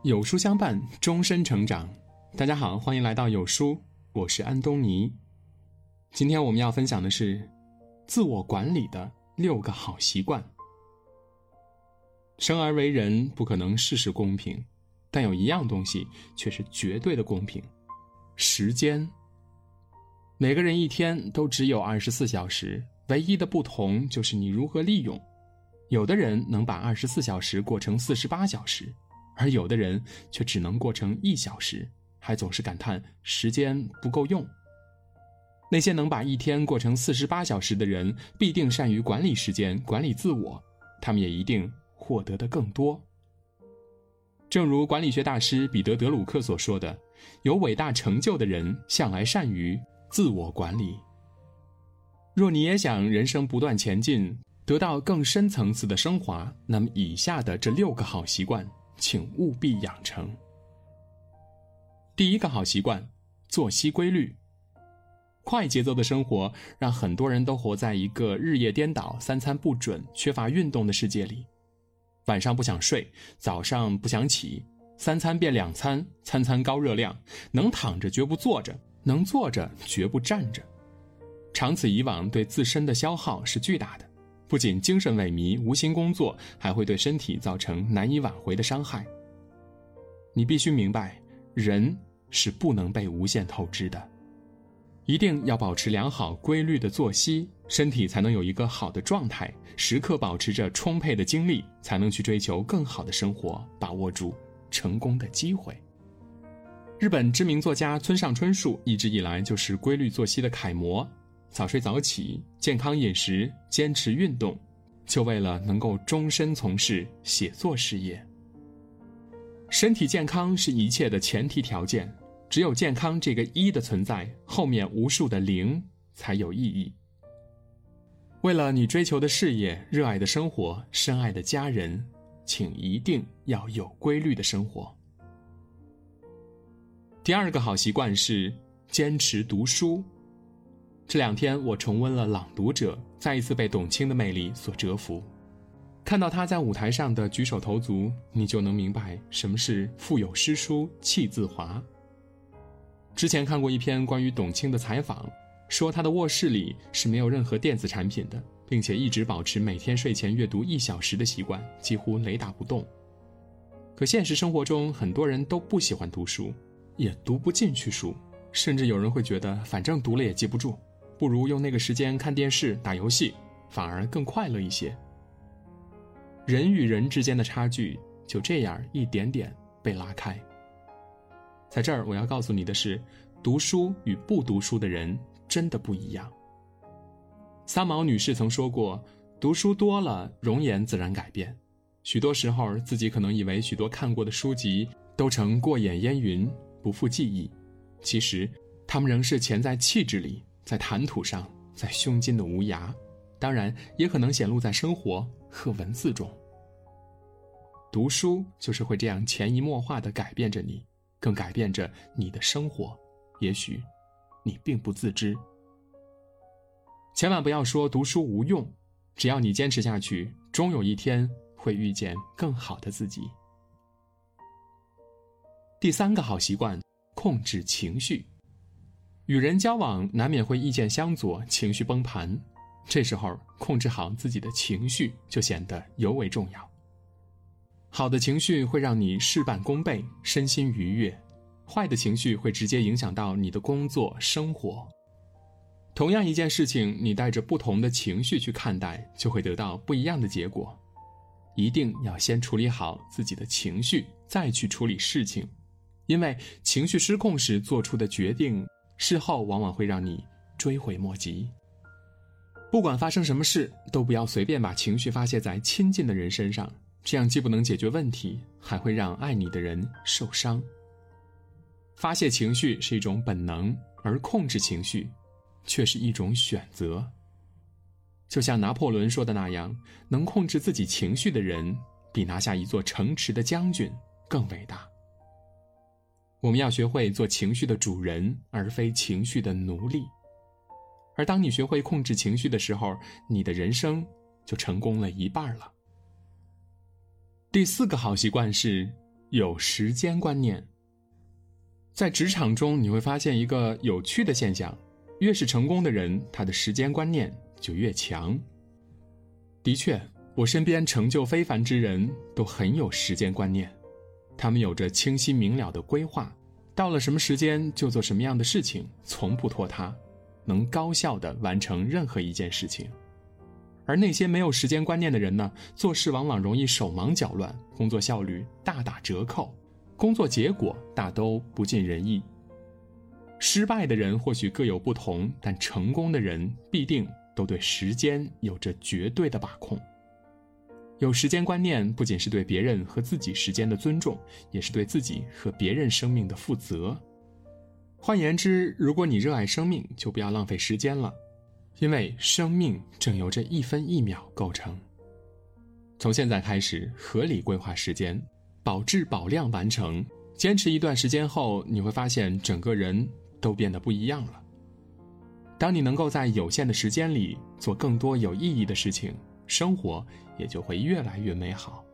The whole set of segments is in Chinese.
有书相伴，终身成长。大家好，欢迎来到有书，我是安东尼。今天我们要分享的是自我管理的6个好习惯。生而为人，不可能事事公平，但有一样东西却是绝对的公平：时间。每个人一天都只有24小时，唯一的不同就是你如何利用。有的人能把24小时过成48小时，而有的人却只能过成1小时，还总是感叹时间不够用。那些能把一天过成48小时的人，必定善于管理时间，管理自我，他们也一定获得的更多。正如管理学大师彼得·德鲁克所说的，有伟大成就的人向来善于自我管理。若你也想人生不断前进，得到更深层次的升华，那么以下的这6个好习惯请务必养成。第一个好习惯，作息规律。快节奏的生活让很多人都活在一个日夜颠倒、3餐不准、缺乏运动的世界里。晚上不想睡，早上不想起，3餐变2餐，餐餐高热量，能躺着绝不坐着，能坐着绝不站着。长此以往，对自身的消耗是巨大的，不仅精神萎靡、无心工作，还会对身体造成难以挽回的伤害。你必须明白，人是不能被无限透支的，一定要保持良好规律的作息，身体才能有一个好的状态，时刻保持着充沛的精力，才能去追求更好的生活，把握住成功的机会。日本知名作家村上春树一直以来就是规律作息的楷模，早睡早起，健康饮食，坚持运动，就为了能够终身从事写作事业。身体健康是一切的前提条件，只有健康这个一的存在，后面无数的零才有意义。为了你追求的事业、热爱的生活、深爱的家人，请一定要有规律的生活。第二个好习惯是坚持读书。这2天我重温了《朗读者》，再一次被董卿的魅力所折服。看到他在舞台上的举手投足，你就能明白什么是腹有诗书气自华。之前看过一篇关于董卿的采访，说她的卧室里是没有任何电子产品的，并且一直保持每天睡前阅读1小时的习惯，几乎雷打不动。可现实生活中，很多人都不喜欢读书，也读不进去书，甚至有人会觉得反正读了也记不住，不如用那个时间看电视、打游戏，反而更快乐一些。人与人之间的差距就这样一点点被拉开。在这儿我要告诉你的是，读书与不读书的人真的不一样。三毛女士曾说过，读书多了，容颜自然改变。许多时候自己可能以为许多看过的书籍都成过眼烟云，不复记忆，其实它们仍是潜在气质里，在谈吐上，在胸襟的无涯，当然也可能显露在生活和文字中。读书就是会这样潜移默化地改变着你，更改变着你的生活，也许你并不自知。千万不要说读书无用，只要你坚持下去，终有一天会遇见更好的自己。第3个好习惯，控制情绪。与人交往难免会意见相左，情绪崩盘，这时候控制好自己的情绪就显得尤为重要。好的情绪会让你事半功倍，身心愉悦，坏的情绪会直接影响到你的工作、生活。同样一件事情，你带着不同的情绪去看待，就会得到不一样的结果。一定要先处理好自己的情绪，再去处理事情，因为情绪失控时做出的决定，事后往往会让你追悔莫及。不管发生什么事，都不要随便把情绪发泄在亲近的人身上，这样既不能解决问题，还会让爱你的人受伤。发泄情绪是一种本能，而控制情绪却是一种选择。就像拿破仑说的那样，能控制自己情绪的人，比拿下一座城池的将军更伟大。我们要学会做情绪的主人，而非情绪的奴隶。而当你学会控制情绪的时候，你的人生就成功了一半了。第4个好习惯是有时间观念。在职场中，你会发现一个有趣的现象，越是成功的人，他的时间观念就越强。的确，我身边成就非凡之人都很有时间观念，他们有着清晰明了的规划，到了什么时间就做什么样的事情，从不拖沓，能高效地完成任何一件事情。而那些没有时间观念的人呢，做事往往容易手忙脚乱，工作效率大打折扣，工作结果大都不尽人意。失败的人或许各有不同，但成功的人必定都对时间有着绝对的把控。有时间观念不仅是对别人和自己时间的尊重，也是对自己和别人生命的负责。换言之，如果你热爱生命，就不要浪费时间了，因为生命正由这一分一秒构成。从现在开始，合理规划时间，保质保量完成，坚持一段时间后，你会发现整个人都变得不一样了。当你能够在有限的时间里做更多有意义的事情，生活也就会越来越美好。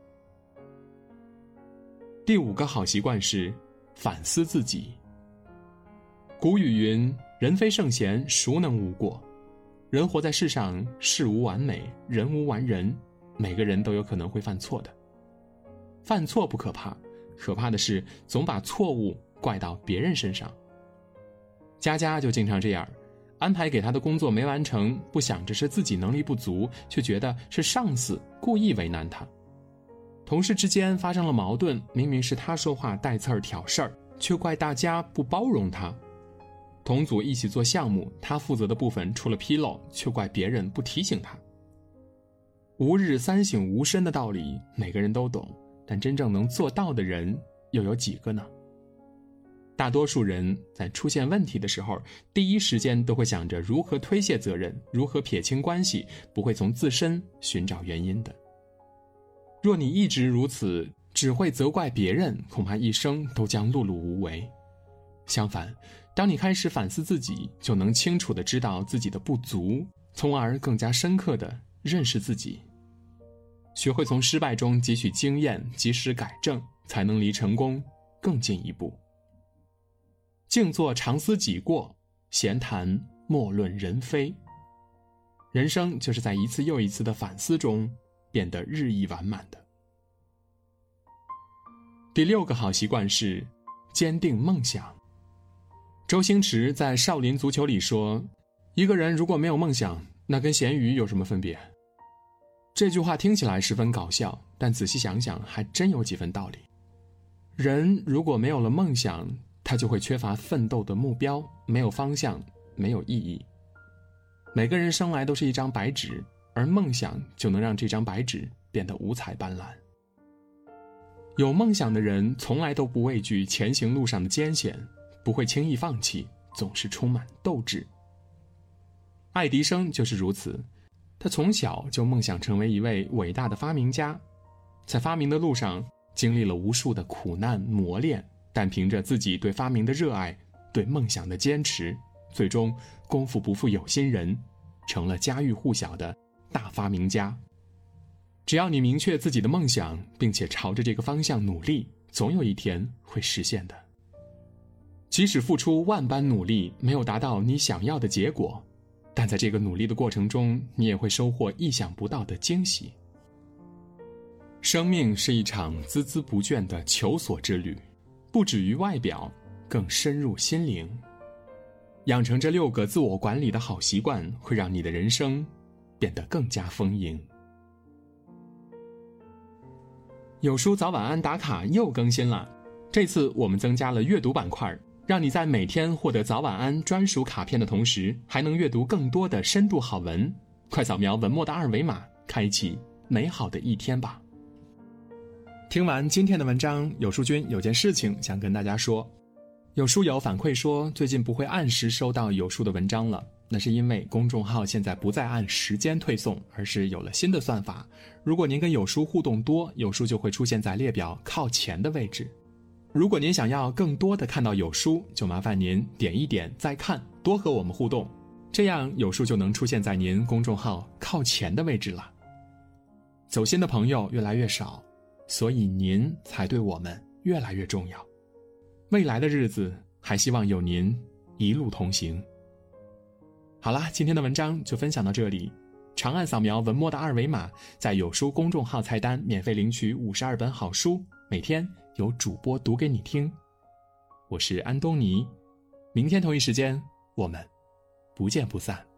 第5个好习惯是反思自己。古语云：人非圣贤，孰能无过？人活在世上，事无完美，人无完人，每个人都有可能会犯错的。犯错不可怕，可怕的是总把错误怪到别人身上。佳佳就经常这样，安排给他的工作没完成，不想着是自己能力不足，却觉得是上司故意为难他。同事之间发生了矛盾，明明是他说话带刺儿挑事儿，却怪大家不包容他。同组一起做项目，他负责的部分出了纰漏，却怪别人不提醒他。吾日三省吾身的道理每个人都懂，但真正能做到的人又有几个呢？大多数人在出现问题的时候，第一时间都会想着如何推卸责任，如何撇清关系，不会从自身寻找原因的。若你一直如此，只会责怪别人，恐怕一生都将碌碌无为。相反，当你开始反思自己，就能清楚地知道自己的不足，从而更加深刻地认识自己。学会从失败中汲取经验，及时改正，才能离成功更进一步。静坐常思己过，闲谈莫论人非。人生就是在一次又一次的反思中变得日益完满的。第6个好习惯是坚定梦想。周星驰在《少林足球》里说，一个人如果没有梦想，那跟咸鱼有什么分别？这句话听起来十分搞笑，但仔细想想还真有几分道理。人如果没有了梦想，他就会缺乏奋斗的目标，没有方向，没有意义。每个人生来都是一张白纸，而梦想就能让这张白纸变得五彩斑斓。有梦想的人从来都不畏惧前行路上的艰险，不会轻易放弃，总是充满斗志。爱迪生就是如此，他从小就梦想成为一位伟大的发明家，在发明的路上经历了无数的苦难磨练，但凭着自己对发明的热爱，对梦想的坚持，最终功夫不负有心人，成了家喻户晓的大发明家。只要你明确自己的梦想，并且朝着这个方向努力，总有一天会实现的。即使付出万般努力，没有达到你想要的结果，但在这个努力的过程中，你也会收获意想不到的惊喜。生命是一场孜孜不倦的求索之旅，不止于外表，更深入心灵。养成这6个自我管理的好习惯，会让你的人生变得更加丰盈。有书早晚安打卡又更新了，这次我们增加了阅读板块，让你在每天获得早晚安专属卡片的同时，还能阅读更多的深度好文。快扫描文末的2维码，开启美好的一天吧。听完今天的文章，有书君有件事情想跟大家说。有书友反馈说，最近不会按时收到有书的文章了，那是因为公众号现在不再按时间推送，而是有了新的算法。如果您跟有书互动多，有书就会出现在列表靠前的位置。如果您想要更多的看到有书，就麻烦您点一点再看，多和我们互动，这样有书就能出现在您公众号靠前的位置了。走心的朋友越来越少，所以您才对我们越来越重要。未来的日子，还希望有您一路同行。好啦，今天的文章就分享到这里。长按扫描文末的二维码，在有书公众号菜单免费领取52本好书，每天有主播读给你听。我是安东尼，明天同一时间，我们不见不散。